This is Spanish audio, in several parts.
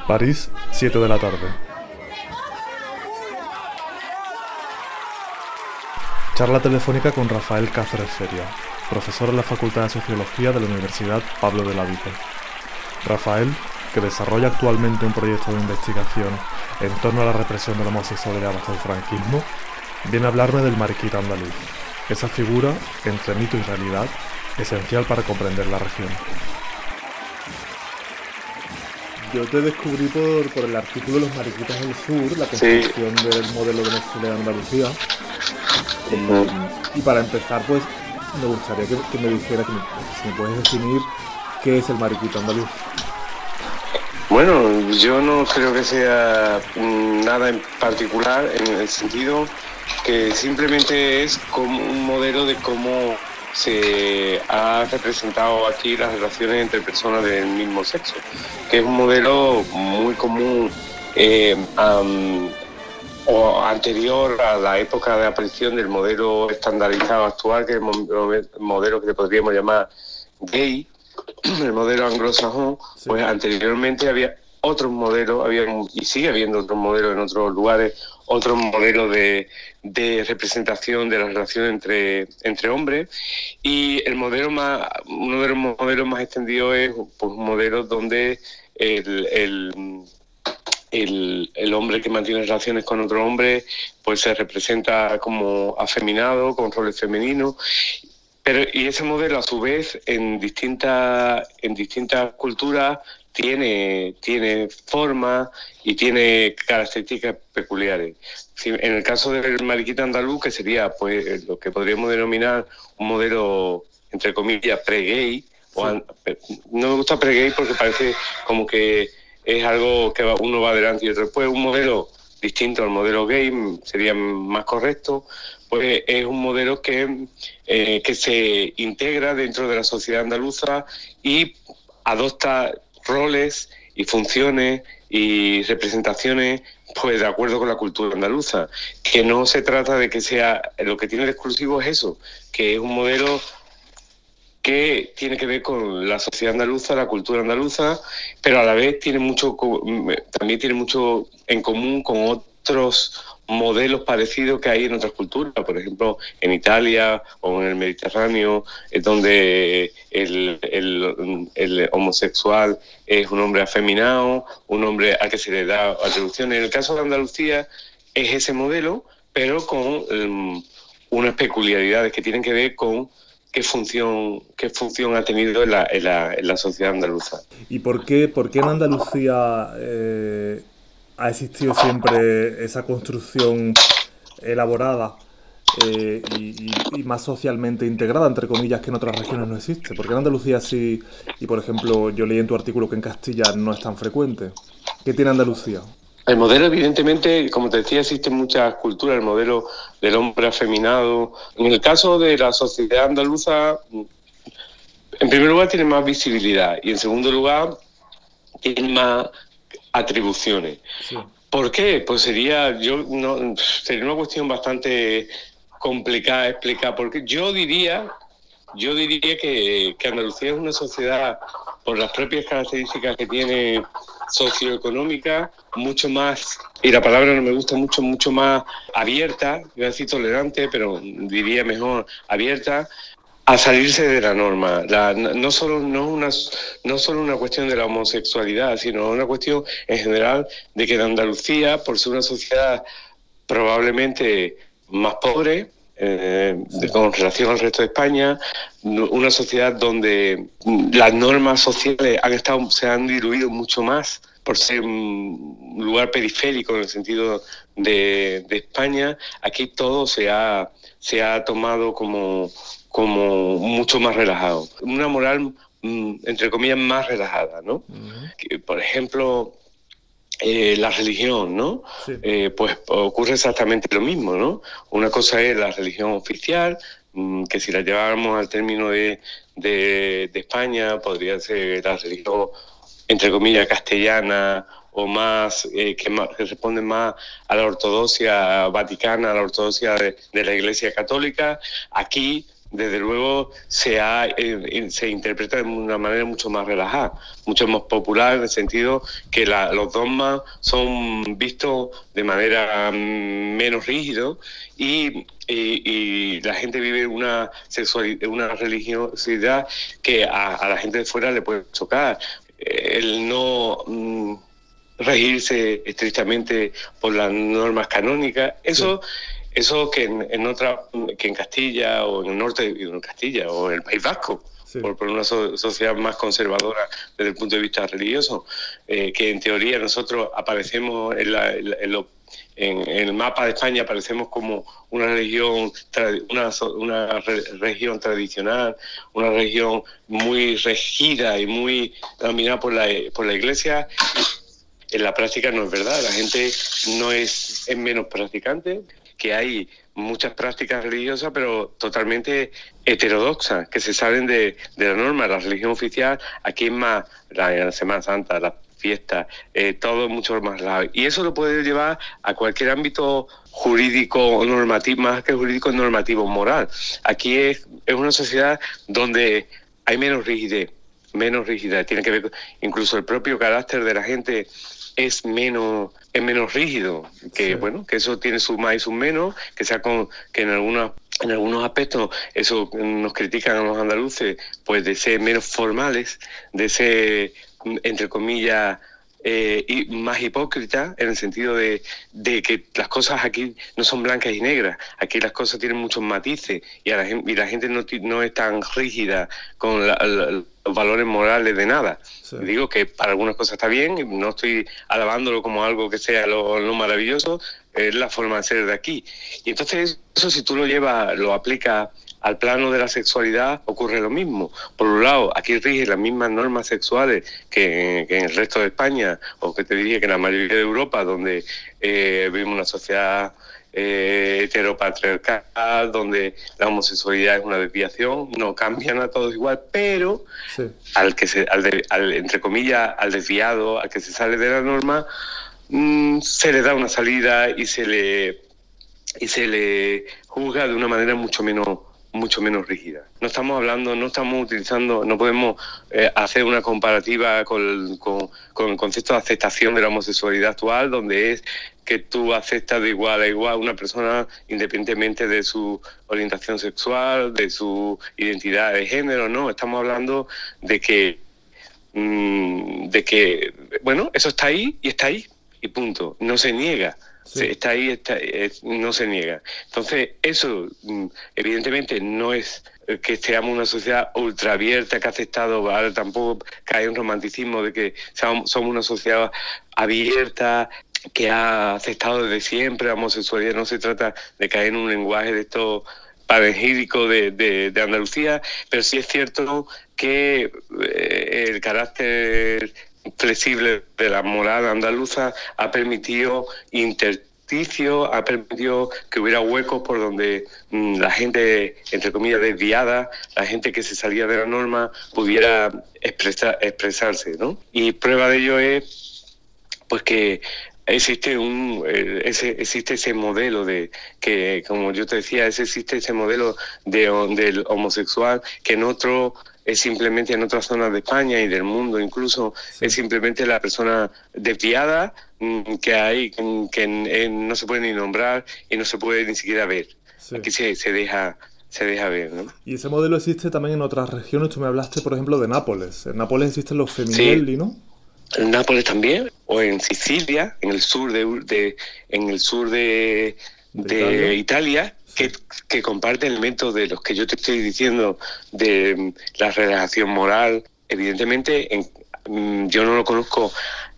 París, 7 de la tarde. Charla telefónica con Rafael Cáceres Feria, profesor en la Facultad de Sociología de la Universidad Pablo de la Vice. Rafael, que desarrolla actualmente un proyecto de investigación en torno a la represión de la homosexualidad bajo el franquismo, viene a hablarme del mariquita andaluz, esa figura, entre mito y realidad, esencial para comprender la región. Yo te descubrí por el artículo de los mariquitas del sur, la construcción del modelo venezolano de Andalucía. Y para empezar, pues, me gustaría que me dijeras, si me puedes definir qué es el mariquita andaluz. Bueno, yo no creo que sea nada en particular, en el sentido que simplemente es como un modelo de cómo se ha representado aquí las relaciones entre personas del mismo sexo, que es un modelo muy común o anterior a la época de aparición del modelo estandarizado actual, que es el modelo que le podríamos llamar gay, el modelo anglosajón. Sí. Pues anteriormente había otros modelos, y sigue habiendo otros modelos en otros lugares, otros modelos de representación de las relaciones entre hombres, y uno de los modelos más extendidos es pues, un modelo donde el hombre que mantiene relaciones con otro hombre pues se representa como afeminado, con roles femeninos. Y ese modelo, a su vez, en distintas culturas tiene forma y tiene características peculiares. En el caso del mariquita andaluz, que sería pues lo que podríamos denominar un modelo, entre comillas, pre-gay, sí. No me gusta pre-gay porque parece como que es algo que uno va adelante y otro después. Un modelo distinto al modelo gay, sería más correcto, pues es un modelo que se integra dentro de la sociedad andaluza y adopta roles y funciones y representaciones pues de acuerdo con la cultura andaluza, que no se trata de que sea, lo que tiene de exclusivo es eso, que es un modelo que tiene que ver con la sociedad andaluza, la cultura andaluza, pero a la vez también tiene mucho en común con otros modelos parecidos que hay en otras culturas. Por ejemplo, en Italia o en el Mediterráneo, es donde el homosexual es un hombre afeminado, un hombre al que se le da atribuciones. En el caso de Andalucía es ese modelo, pero con unas peculiaridades que tienen que ver con qué función ha tenido en la sociedad andaluza. ¿Y por qué en Andalucía ha existido siempre esa construcción elaborada y más socialmente integrada, entre comillas, que en otras regiones no existe? ¿Por qué en Andalucía sí? Y, por ejemplo, yo leí en tu artículo que en Castilla no es tan frecuente. ¿Qué tiene Andalucía? El modelo, evidentemente, como te decía, existen muchas culturas, el modelo del hombre afeminado. En el caso de la sociedad andaluza, en primer lugar tiene más visibilidad y en segundo lugar tiene más atribuciones. Sí. ¿Por qué? Pues sería una cuestión bastante complicada de explicar, porque yo diría que Andalucía es una sociedad, por las propias características que tiene socioeconómica, mucho más, y la palabra no me gusta mucho más abierta, iba a decir tolerante, pero diría mejor abierta, a salirse de la norma. No solo una cuestión de la homosexualidad, sino una cuestión en general de que en Andalucía, por ser una sociedad probablemente más pobre, con relación al resto de España, una sociedad donde las normas sociales se han diluido mucho más por ser un lugar periférico en el sentido de España. Aquí todo se ha tomado como mucho más relajado, una moral entre comillas más relajada, ¿no? Uh-huh. Que, por ejemplo, la religión, ¿no? Sí. Pues ocurre exactamente lo mismo, ¿no? Una cosa es la religión oficial, que si la lleváramos al término de España, podría ser la religión, entre comillas, castellana, o que responden más a la ortodoxia vaticana, a la ortodoxia de la Iglesia Católica. Aquí desde luego se interpreta de una manera mucho más relajada, mucho más popular, en el sentido que los dogmas son vistos de manera menos rígidos y la gente vive una sexualidad, una religiosidad que a la gente de fuera le puede chocar. El no regirse estrictamente por las normas canónicas, eso... Sí. Eso que en Castilla o en el norte, en Castilla o en el País Vasco, sí, por una sociedad más conservadora desde el punto de vista religioso, que en teoría nosotros aparecemos en el mapa de España, aparecemos como una región tradicional, una región muy regida y muy dominada por la Iglesia. En la práctica no es verdad, la gente no es menos practicante, que hay muchas prácticas religiosas, pero totalmente heterodoxas, que se salen de la norma. La religión oficial, aquí es más la Semana Santa, las fiestas, todo mucho más largo. Y eso lo puede llevar a cualquier ámbito jurídico o normativo, más que jurídico, normativo, moral. Aquí es una sociedad donde hay menos rigidez, tiene que ver incluso el propio carácter de la gente es menos rígido, que sí, bueno, que eso tiene sus más y sus menos, que en algunos aspectos eso nos critican a los andaluces, pues de ser menos formales, de ser, entre comillas, y más hipócrita, en el sentido de que las cosas aquí no son blancas y negras, aquí las cosas tienen muchos matices y la gente no es tan rígida con los valores morales de nada. Sí. Digo que para algunas cosas está bien, no estoy alabándolo como algo que sea lo maravilloso, es la forma de ser de aquí. Y entonces eso, si tú lo aplicas al plano de la sexualidad, ocurre lo mismo. Por un lado, aquí rigen las mismas normas sexuales que en el resto de España, o que te diría que en la mayoría de Europa, donde vivimos una sociedad heteropatriarcal, donde la homosexualidad es una desviación, no cambian a todos igual, pero sí, entre comillas, al desviado, al que se sale de la norma, se le da una salida y se le juzga de una manera mucho menos rígida. No estamos utilizando, no podemos hacer una comparativa con el concepto de aceptación de la homosexualidad actual, donde es que tú aceptas de igual a igual a una persona independientemente de su orientación sexual, de su identidad de género, no. Estamos hablando de que bueno, eso está ahí y punto. No se niega. Sí. Está ahí, no se niega. Entonces, eso evidentemente no es que seamos una sociedad ultra abierta que ha aceptado, ahora tampoco cae en romanticismo de que somos una sociedad abierta que ha aceptado desde siempre la homosexualidad. No se trata de caer en un lenguaje de esto panegírico de Andalucía, pero sí es cierto que el carácter flexible de la moral andaluza ha permitido ha permitido que hubiera huecos por donde la gente, entre comillas, desviada, la gente que se salía de la norma, pudiera expresarse, ¿no? Y prueba de ello es pues que existe ese modelo que, como yo te decía, existe ese modelo del homosexual que es simplemente en otras zonas de España y del mundo incluso, sí, es simplemente la persona desviada que hay, que no se puede ni nombrar y no se puede ni siquiera ver. Sí. Aquí se deja ver, ¿no? Y ese modelo existe también en otras regiones. Tú me hablaste, por ejemplo, de Nápoles. En Nápoles existen los Feminelli, sí, ¿no? En Nápoles también, o en Sicilia, en el sur de Italia, sí, que comparte elementos de los que yo te estoy diciendo, de la relación moral. Evidentemente, yo no lo conozco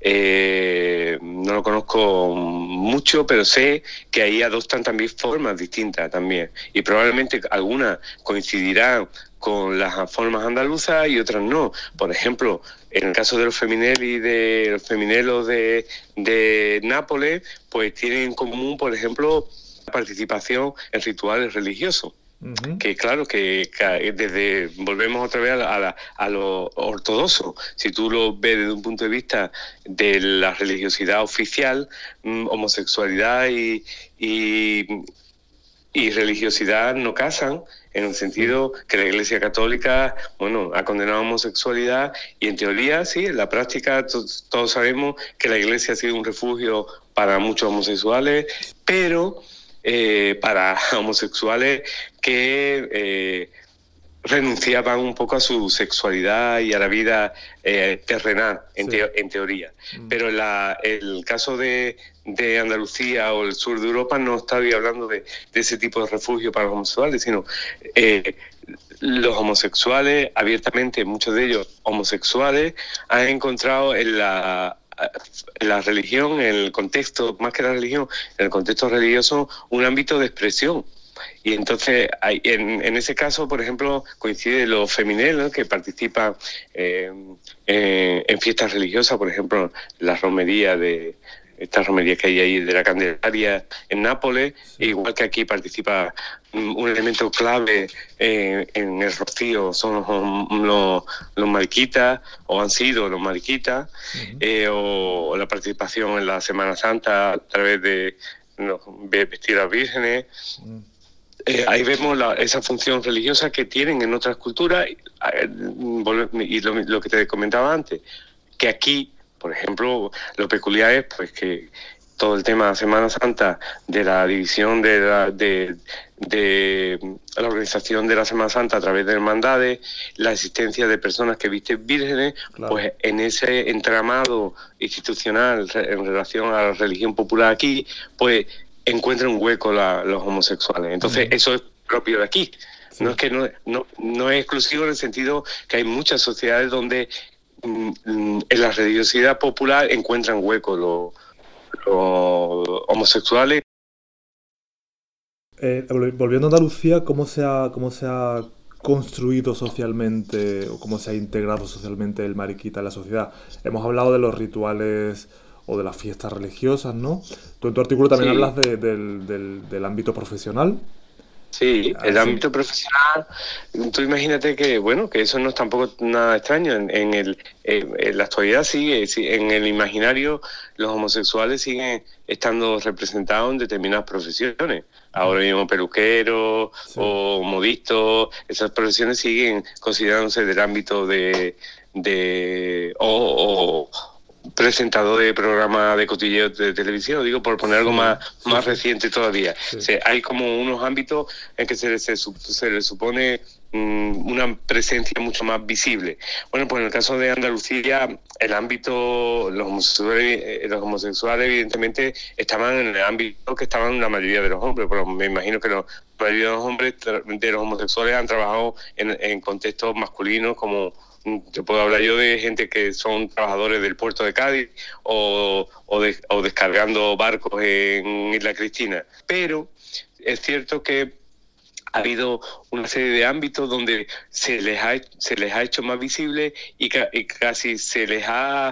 mucho, pero sé que ahí adoptan también formas distintas también. Y probablemente algunas coincidirán con las formas andaluzas y otras no. Por ejemplo, en el caso de los feminelos de Nápoles, pues tienen en común, por ejemplo, la participación en rituales religiosos. Uh-huh. Que claro, que volvemos otra vez a lo ortodoxo. Si tú lo ves desde un punto de vista de la religiosidad oficial, homosexualidad y y religiosidad no casan, en el sentido que la Iglesia Católica, bueno, ha condenado la homosexualidad y en teoría, sí, en la práctica todos sabemos que la Iglesia ha sido un refugio para muchos homosexuales, pero para homosexuales que renunciaban un poco a su sexualidad y a la vida terrenal, en teoría. Pero el caso de Andalucía o el sur de Europa no estoy hablando de ese tipo de refugio para los homosexuales, sino los homosexuales, abiertamente, muchos de ellos homosexuales, han encontrado en la religión, en el contexto, más que la religión, en el contexto religioso, un ámbito de expresión. Y entonces, en ese caso, por ejemplo, coincide los feminel, ¿no?, que participan en fiestas religiosas, por ejemplo, la romería estas romerías que hay ahí de la Candelaria en Nápoles, igual que aquí participa un elemento clave en el rocío, son los mariquitas, o han sido los mariquitas, o la participación en la Semana Santa a través de vestir a las vírgenes. Ahí vemos esa función religiosa que tienen en otras culturas, y lo que te comentaba antes, que aquí, por ejemplo, lo peculiar es pues que todo el tema de Semana Santa, de la división de la organización de la Semana Santa a través de hermandades, la existencia de personas que visten vírgenes, claro, pues en ese entramado institucional en relación a la religión popular aquí, pues encuentran un hueco los homosexuales. Entonces, eso es propio de aquí. Sí. No es que no es exclusivo, en el sentido que hay muchas sociedades donde en la religiosidad popular encuentran hueco los homosexuales. Volviendo a Andalucía, ¿cómo se ha construido socialmente o cómo se ha integrado socialmente el mariquita en la sociedad? Hemos hablado de los rituales o de las fiestas religiosas, ¿no? Tú en tu artículo también hablas del ámbito profesional. Sí, el ámbito profesional, tú imagínate que, bueno, que eso no es tampoco nada extraño. En la actualidad sigue, en el imaginario, los homosexuales siguen estando representados en determinadas profesiones. Ahora mismo peluqueros o modistas, esas profesiones siguen considerándose del ámbito o presentador de programa de cotilleo de televisión, digo, por poner algo más reciente todavía. Sí. O sea, hay como unos ámbitos en que se le supone una presencia mucho más visible. Bueno, pues en el caso de Andalucía, el ámbito, los homosexuales evidentemente estaban en el ámbito que estaban la mayoría de los hombres, pero me imagino que la mayoría de los hombres, de los homosexuales, han trabajado en contextos masculinos, como te puedo hablar yo de gente que son trabajadores del puerto de Cádiz o descargando barcos en Isla Cristina. Pero es cierto que ha habido una serie de ámbitos donde se les ha hecho más visible y casi se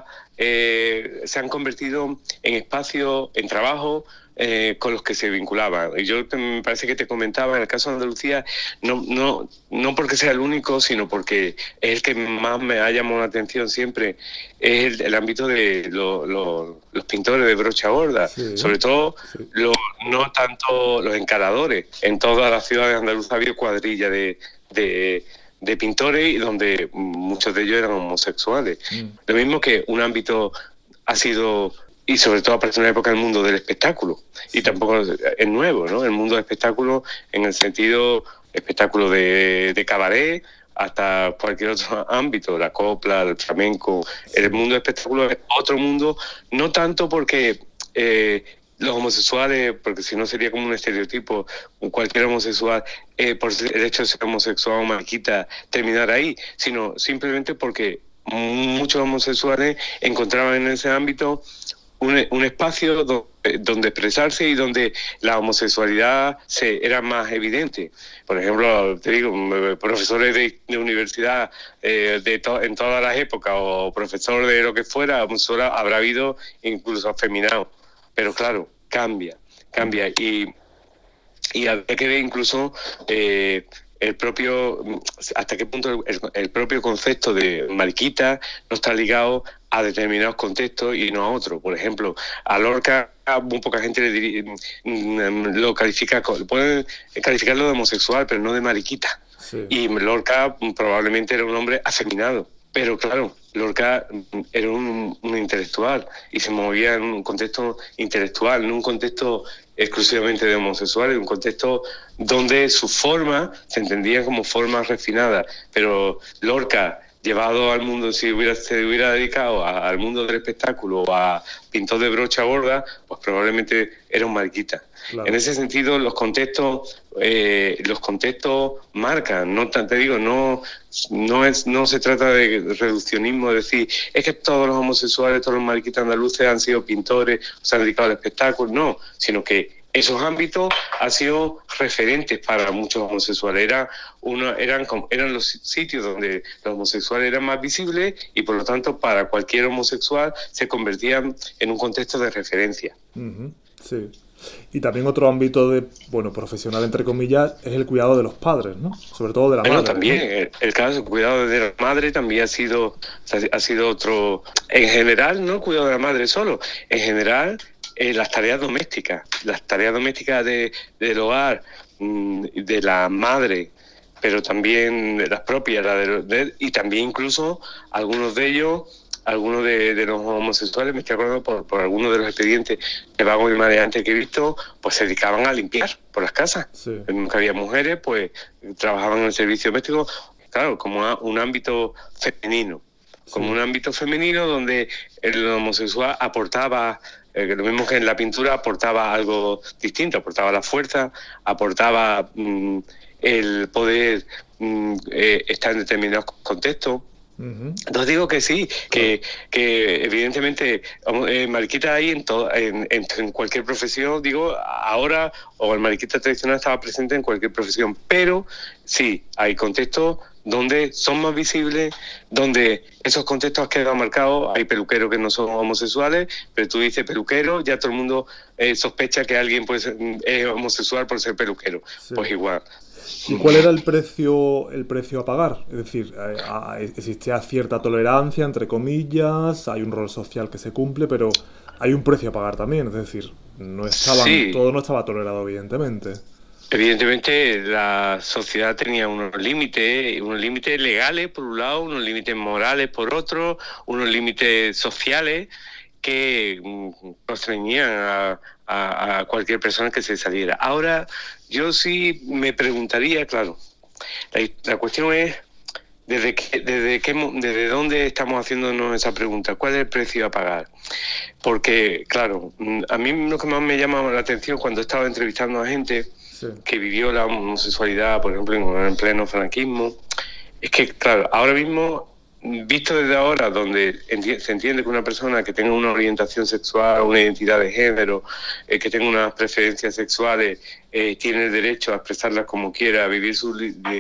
han convertido en espacios, en trabajo, con los que se vinculaban. Y yo me parece que te comentaba, en el caso de Andalucía, no porque sea el único, sino porque es el que más me ha llamado la atención siempre, es el ámbito de los pintores de brocha gorda, sobre todo no tanto los encaradores. En todas las ciudades andaluzas había cuadrilla de pintores, y donde muchos de ellos eran homosexuales. Lo mismo que un ámbito ha sido, y sobre todo aparece en una época, el mundo del espectáculo, y tampoco es nuevo, ¿no? El mundo del espectáculo, en el sentido espectáculo de cabaret, hasta cualquier otro ámbito, la copla, el flamenco. El mundo del espectáculo es otro mundo, no tanto porque los homosexuales, porque si no sería como un estereotipo, cualquier homosexual, por el hecho de ser homosexual o mariquita, terminar ahí, sino simplemente porque muchos homosexuales encontraban en ese ámbito un espacio donde expresarse y donde la homosexualidad era más evidente. Por ejemplo, te digo, profesores de universidad en todas las épocas, o profesor de lo que fuera, habrá habido incluso afeminado. Pero claro, cambia. Y habría que ver incluso hasta qué punto el propio concepto de mariquita no está ligado a determinados contextos y no a otros. Por ejemplo, a Lorca muy poca gente lo califica, pueden calificarlo de homosexual, pero no de mariquita. Sí. Y Lorca probablemente era un hombre afeminado. Pero claro, Lorca era un intelectual y se movía en un contexto intelectual, en un contexto exclusivamente de homosexuales, en un contexto donde sus formas se entendían como formas refinadas. Pero Lorca, llevado al mundo, si se hubiera dedicado al mundo del espectáculo o a pintor de brocha gorda, pues probablemente era un mariquita. Claro. En ese sentido, los contextos marcan. No te digo, no se trata de reduccionismo, de decir es que todos los homosexuales, todos los mariquitas andaluces han sido pintores, se han dedicado al espectáculo, no, sino que esos ámbitos han sido referentes para muchos homosexuales. Eran los sitios donde los homosexuales eran más visibles y, por lo tanto, para cualquier homosexual se convertían en un contexto de referencia. Uh-huh. Sí. Y también otro ámbito profesional, entre comillas, es el cuidado de los padres, ¿no? Sobre todo de la madre. También, ¿no? El caso del cuidado de la madre también ha sido otro. En general, no el cuidado de la madre solo, en general, las tareas domésticas del hogar, de la madre, pero también las propias, y también incluso algunos de los homosexuales, me estoy acordando por algunos de los expedientes de vagos y maleantes que he visto, pues se dedicaban a limpiar por las casas. Sí. Nunca había mujeres, pues trabajaban en el servicio doméstico, claro, como un ámbito femenino. Sí. Como un ámbito femenino donde el homosexual aportaba, lo mismo que en la pintura, aportaba algo distinto, aportaba la fuerza, aportaba el poder estar en determinados contextos. Uh-huh. Entonces digo que sí, que evidentemente mariquita hay en cualquier profesión, digo ahora, o el mariquita tradicional estaba presente en cualquier profesión, pero sí, hay contextos donde son más visibles, donde esos contextos han quedado marcados. Hay peluqueros que no son homosexuales, pero tú dices peluquero, ya todo el mundo sospecha que alguien es homosexual por ser peluquero. Sí. Pues igual. ¿Y cuál era el precio a pagar? Es decir, existía cierta tolerancia, entre comillas, hay un rol social que se cumple, pero hay un precio a pagar también. Es decir, todo no estaba tolerado, evidentemente. Evidentemente, la sociedad tenía unos límites legales, por un lado, unos límites morales, por otro, unos límites sociales que constreñían a cualquier persona que se saliera. Ahora, yo sí me preguntaría, claro, la cuestión es desde dónde estamos haciéndonos esa pregunta, ¿cuál es el precio a pagar? Porque, claro, a mí lo que más me llama la atención cuando estaba entrevistando a gente que vivió la homosexualidad, por ejemplo, en pleno franquismo, es que, claro, ahora mismo, visto desde ahora, donde se entiende que una persona que tenga una orientación sexual, una identidad de género, que tenga unas preferencias sexuales, tiene el derecho a expresarlas como quiera, a vivir su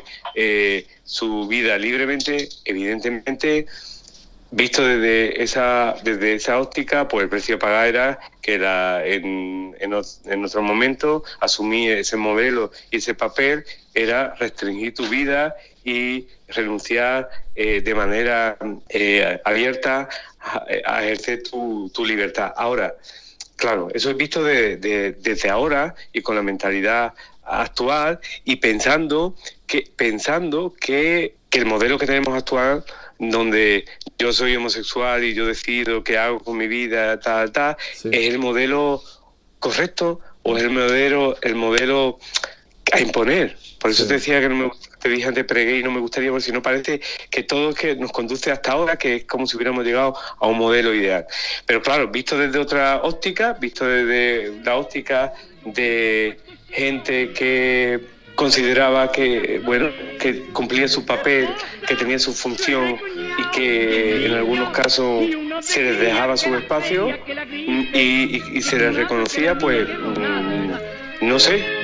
vida libremente, evidentemente, visto desde esa óptica, pues el precio a pagar era que en otro momento asumir ese modelo y ese papel era restringir tu vida y renunciar de manera abierta a ejercer tu libertad. Ahora, claro, eso es visto desde ahora y con la mentalidad actual y pensando que el modelo que tenemos actual, donde yo soy homosexual y yo decido qué hago con mi vida, sí, es el modelo correcto o es el modelo a imponer. Por eso te decía que te dije antes pregué y no me gustaría, porque si no parece que todo es que nos conduce hasta ahora, que es como si hubiéramos llegado a un modelo ideal. Pero claro, visto desde otra óptica, visto desde la óptica de gente que consideraba que cumplía su papel, que tenía su función y que en algunos casos se les dejaba su espacio y se les reconocía, pues no sé.